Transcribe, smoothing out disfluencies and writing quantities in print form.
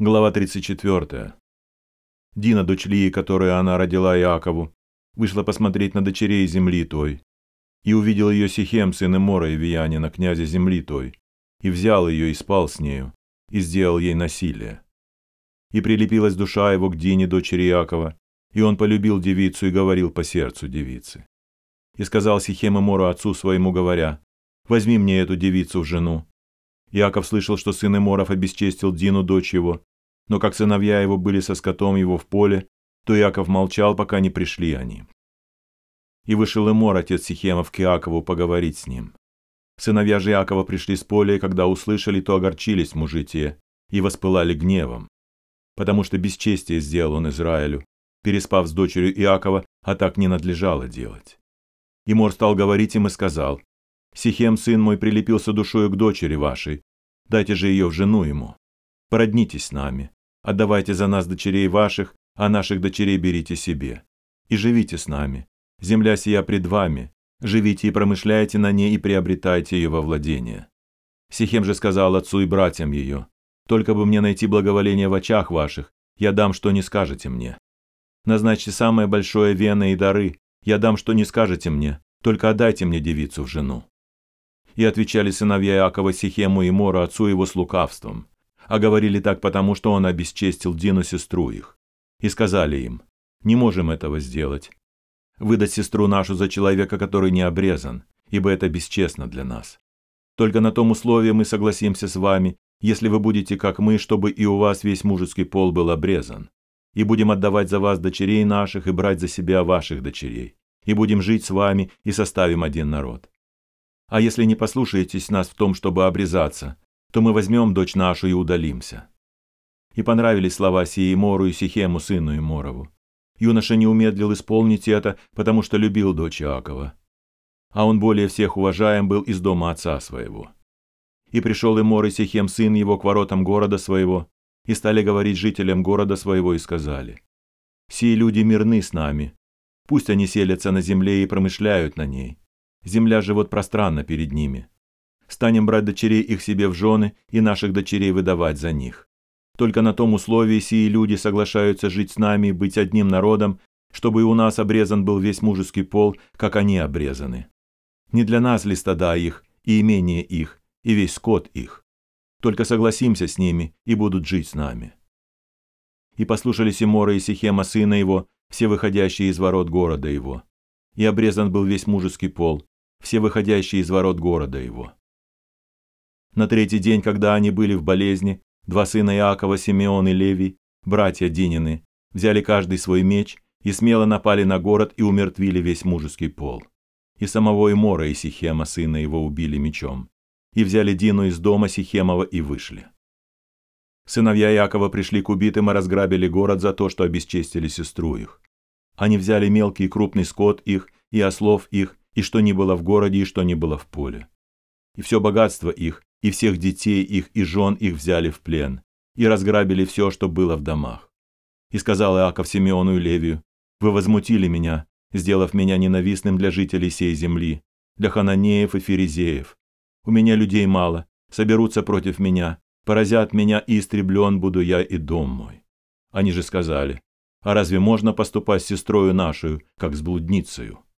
Глава 34. Дина, дочь Лии, которую она родила Иакову, вышла посмотреть на дочерей земли той. И увидел ее Сихем, сын Эмора и Виянина, князя земли той, и взял ее и спал с нею, и сделал ей насилие. И прилепилась душа его к Дине, дочери Иакова, и он полюбил девицу и говорил по сердцу девицы. И сказал Сихем Эмору отцу своему, говоря: «Возьми мне эту девицу в жену». Иаков слышал, что сын Эморов обесчестил Дину, дочь его, но как сыновья его были со скотом его в поле, то Иаков молчал, пока не пришли они. И вышел Эмор, отец Сихемов, к Иакову поговорить с ним. Сыновья же Иакова пришли с поля, и когда услышали, то огорчились мужи те, и воспылали гневом, потому что бесчестие сделал он Израилю, переспав с дочерью Иакова, а так не надлежало делать. И Мор стал говорить им и сказал: «Сихем, сын мой, прилепился душою к дочери вашей, дайте же ее в жену ему. Породнитесь с нами, отдавайте за нас дочерей ваших, а наших дочерей берите себе. И живите с нами, земля сия пред вами, живите и промышляйте на ней и приобретайте ее во владение». Сихем же сказал отцу и братьям ее: «Только бы мне найти благоволение в очах ваших, я дам, что не скажете мне. Назначьте самое большое вено и дары, я дам, что не скажете мне, только отдайте мне девицу в жену». И отвечали сыновья Иакова Сихему и Мору отцу его с лукавством, а говорили так потому, что он обесчестил Дину, сестру их. И сказали им: «Не можем этого сделать. Выдать сестру нашу за человека, который не обрезан, ибо это бесчестно для нас. Только на том условии мы согласимся с вами, если вы будете как мы, чтобы и у вас весь мужеский пол был обрезан. И будем отдавать за вас дочерей наших и брать за себя ваших дочерей. И будем жить с вами и составим один народ. А если не послушаетесь нас в том, чтобы обрезаться, то мы возьмем дочь нашу и удалимся». И понравились слова сии Мору и Сихему, сыну Эморову. Юноша не умедлил исполнить это, потому что любил дочь Иакова. А он более всех уважаем был из дома отца своего. И пришел Эмор и Сихем, сын его, к воротам города своего, и стали говорить жителям города своего, и сказали: «Сии люди мирны с нами, пусть они селятся на земле и промышляют на ней. Земля живет пространно перед ними. Станем брать дочерей их себе в жены и наших дочерей выдавать за них. Только на том условии сии люди соглашаются жить с нами и быть одним народом, чтобы и у нас обрезан был весь мужеский пол, как они обрезаны. Не для нас ли стада их, и имение их, и весь скот их? Только согласимся с ними, и будут жить с нами». И послушались Эмора и Сихема, сына его, все выходящие из ворот города его. И обрезан был весь мужеский пол, все выходящие из ворот города его. На третий день, когда они были в болезни, два сына Иакова, Симеон и Левий, братья Динины, взяли каждый свой меч и смело напали на город и умертвили весь мужеский пол. И самого Эмора и Сихема, сына его, убили мечом. И взяли Дину из дома Сихемова и вышли. Сыновья Иакова пришли к убитым и разграбили город за то, что обесчестили сестру их. Они взяли мелкий и крупный скот их, и ослов их, и что ни было в городе, и что ни было в поле. И все богатство их, и всех детей их, и жен их взяли в плен, и разграбили все, что было в домах. И сказал Иаков Симеону и Левию: «Вы возмутили меня, сделав меня ненавистным для жителей сей земли, для хананеев и ферезеев. У меня людей мало, соберутся против меня, поразят меня, и истреблен буду я и дом мой». Они же сказали: «А разве можно поступать с сестрою нашою, как с блудницею?»